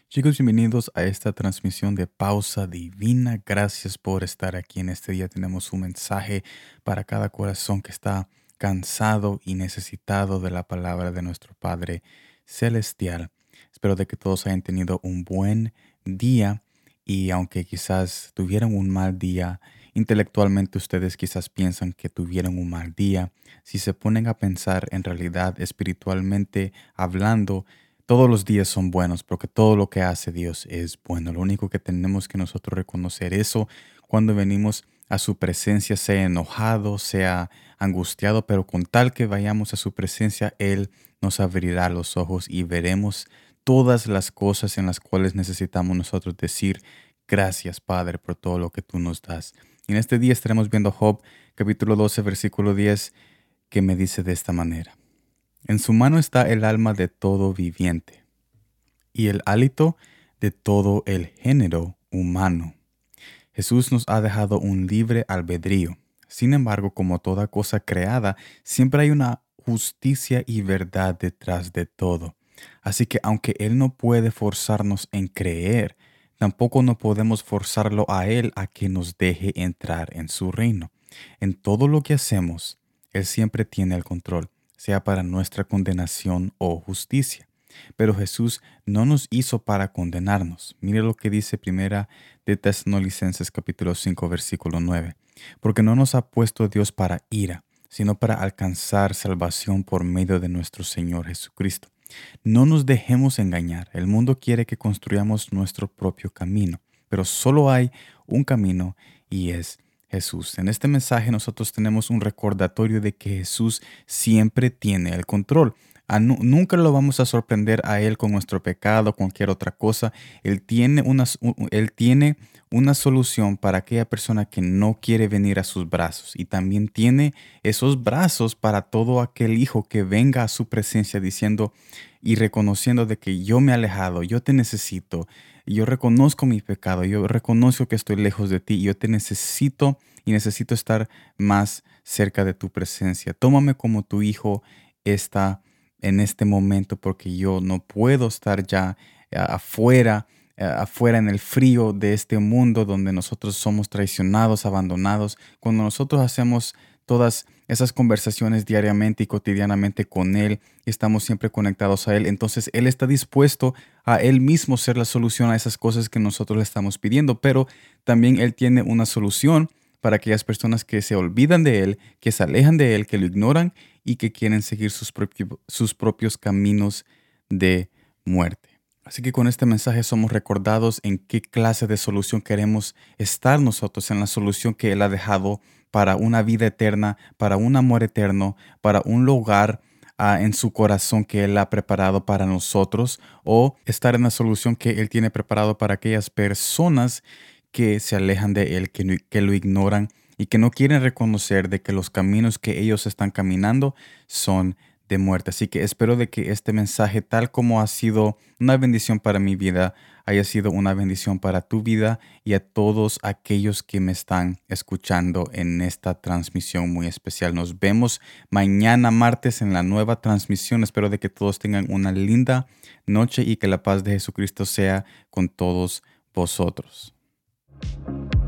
Chicos, bienvenidos a esta transmisión de Pausa Divina. Gracias por estar aquí en este día. Tenemos un mensaje para cada corazón que está cansado y necesitado de la palabra de nuestro Padre Celestial. Espero de que todos hayan tenido un buen día y aunque quizás tuvieran un mal día, intelectualmente ustedes quizás piensan que tuvieron un mal día. Si se ponen a pensar en realidad espiritualmente hablando, todos los días son buenos porque todo lo que hace Dios es bueno. Lo único que tenemos que nosotros reconocer eso cuando venimos a su presencia, sea enojado, sea angustiado, pero con tal que vayamos a su presencia, Él nos abrirá los ojos y veremos todas las cosas en las cuales necesitamos nosotros decir gracias, Padre, por todo lo que tú nos das. Y en este día estaremos viendo Job, capítulo 12, versículo 10, que me dice de esta manera. En su mano está el alma de todo viviente y el hálito de todo el género humano. Jesús nos ha dejado un libre albedrío. Sin embargo, como toda cosa creada, siempre hay una justicia y verdad detrás de todo. Así que aunque Él no puede forzarnos en creer, tampoco no podemos forzarlo a Él a que nos deje entrar en su reino. En todo lo que hacemos, Él siempre tiene el control, sea para nuestra condenación o justicia. Pero Jesús no nos hizo para condenarnos. Mire lo que dice Primera de Tesalonicenses capítulo 5 versículo 9. Porque no nos ha puesto Dios para ira, sino para alcanzar salvación por medio de nuestro Señor Jesucristo. No nos dejemos engañar. El mundo quiere que construyamos nuestro propio camino, pero solo hay un camino y es Jesús. En este mensaje nosotros tenemos un recordatorio de que Jesús siempre tiene el control. Nunca lo vamos a sorprender a Él con nuestro pecado, cualquier otra cosa. Él tiene una solución para aquella persona que no quiere venir a sus brazos. Y también tiene esos brazos para todo aquel hijo que venga a su presencia diciendo y reconociendo de que yo me he alejado, yo te necesito, yo reconozco mi pecado, yo reconozco que estoy lejos de ti, yo te necesito y necesito estar más cerca de tu presencia. Tómame como tu hijo está en este momento porque yo no puedo estar ya afuera en el frío de este mundo donde nosotros somos traicionados, abandonados. Cuando nosotros hacemos todas esas conversaciones diariamente y cotidianamente con Él y estamos siempre conectados a Él, entonces Él está dispuesto a Él mismo ser la solución a esas cosas que nosotros le estamos pidiendo, pero también Él tiene una solución para aquellas personas que se olvidan de Él, que se alejan de Él, que lo ignoran y que quieren seguir sus propios caminos de muerte. Así que con este mensaje somos recordados en qué clase de solución queremos estar nosotros, en la solución que Él ha dejado para una vida eterna, para un amor eterno, para un lugar en su corazón que Él ha preparado para nosotros, o estar en la solución que Él tiene preparado para aquellas personas que se alejan de Él, que lo ignoran y que no quieren reconocer de que los caminos que ellos están caminando son de muerte. Así que espero de que este mensaje, tal como ha sido una bendición para mi vida, haya sido una bendición para tu vida y a todos aquellos que me están escuchando en esta transmisión muy especial. Nos vemos mañana martes en la nueva transmisión. Espero de que todos tengan una linda noche y que la paz de Jesucristo sea con todos vosotros.